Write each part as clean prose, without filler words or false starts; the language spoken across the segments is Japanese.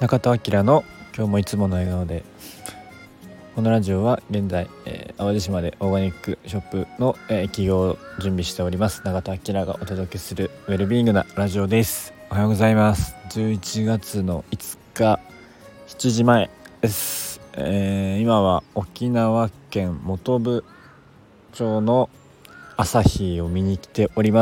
中田明の今日もいつもの笑顔で。このラジオは現在、淡路島でオーガニックショップの、起業を準備しております中田明がお届けするウェルビーイングなラジオです。おはようございます。11月の5日7時前です。今は沖縄県本部町の朝日を見に来ております。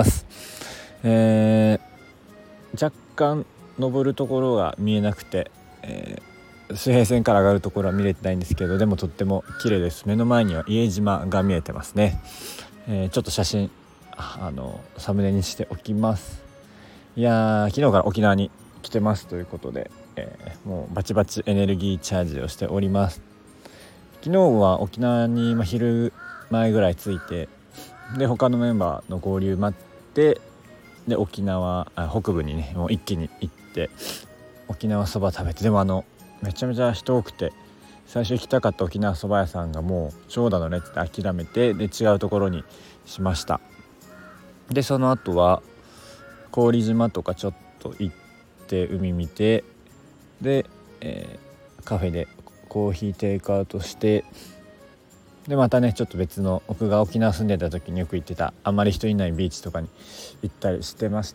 若干登るところが見えなくて、水平線から上がるところは見れてないんですけど、でもとっても綺麗です。目の前には伊江島が見えてますね。ちょっと写真サムネにしておきます。いや昨日から沖縄に来てますということで、もうバチバチエネルギーチャージをしております。昨日は沖縄に昼前ぐらい着いて、で他のメンバーの合流待って、で沖縄北部にねもう一気に行って沖縄そば食べて、でもめちゃめちゃ人多くて、最初行きたかった沖縄そば屋さんがもう長蛇の列で諦めて、で違うところにしました。でその後は郡島とかちょっと行って海見て、で、カフェでコーヒーテイクアウトして、でまたねちょっと別の、僕が沖縄住んでた時によく行ってたあんまり人いないビーチとかに行ったりしてました。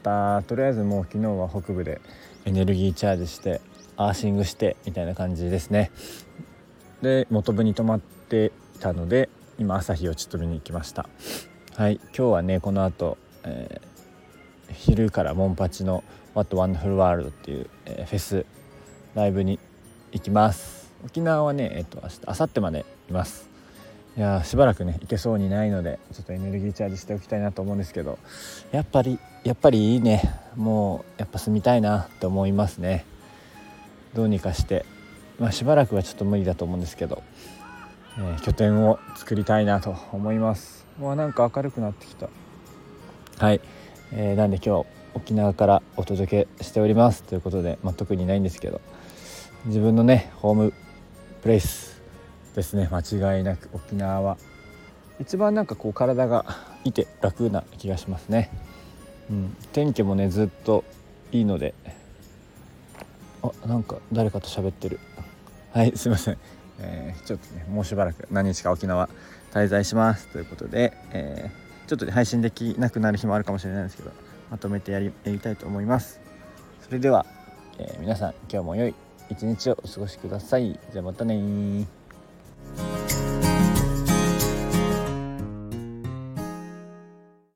とりあえずもう昨日は北部でエネルギーチャージしてアーシングしてみたいな感じですね。で元部に泊まっていたので今朝日をちょっと見に行きました。はい、今日はねこの後、昼からモンパチの What Wonderful World っていう、フェスライブに行きます。沖縄はね明後日までいます。いやしばらくね行けそうにないので、ちょっとエネルギーチャージしておきたいなと思うんですけど、やっぱりいいね。もうやっぱ住みたいなって思いますね。どうにかして、しばらくはちょっと無理だと思うんですけど、拠点を作りたいなと思います。なんか明るくなってきた。はい、なんで今日沖縄からお届けしておりますということで、特にないんですけど、自分のねホームプレイスですね。間違いなく沖縄は一番なんかこう体がいて楽な気がしますね。天気もねずっといいので、なんか誰かと喋ってる。はいすいません、ちょっとねもうしばらく何日か沖縄滞在しますということで、ちょっと、配信できなくなる日もあるかもしれないんですけど、まとめてやりたいと思います。それでは、皆さん今日も良い一日をお過ごしください。じゃあまたね。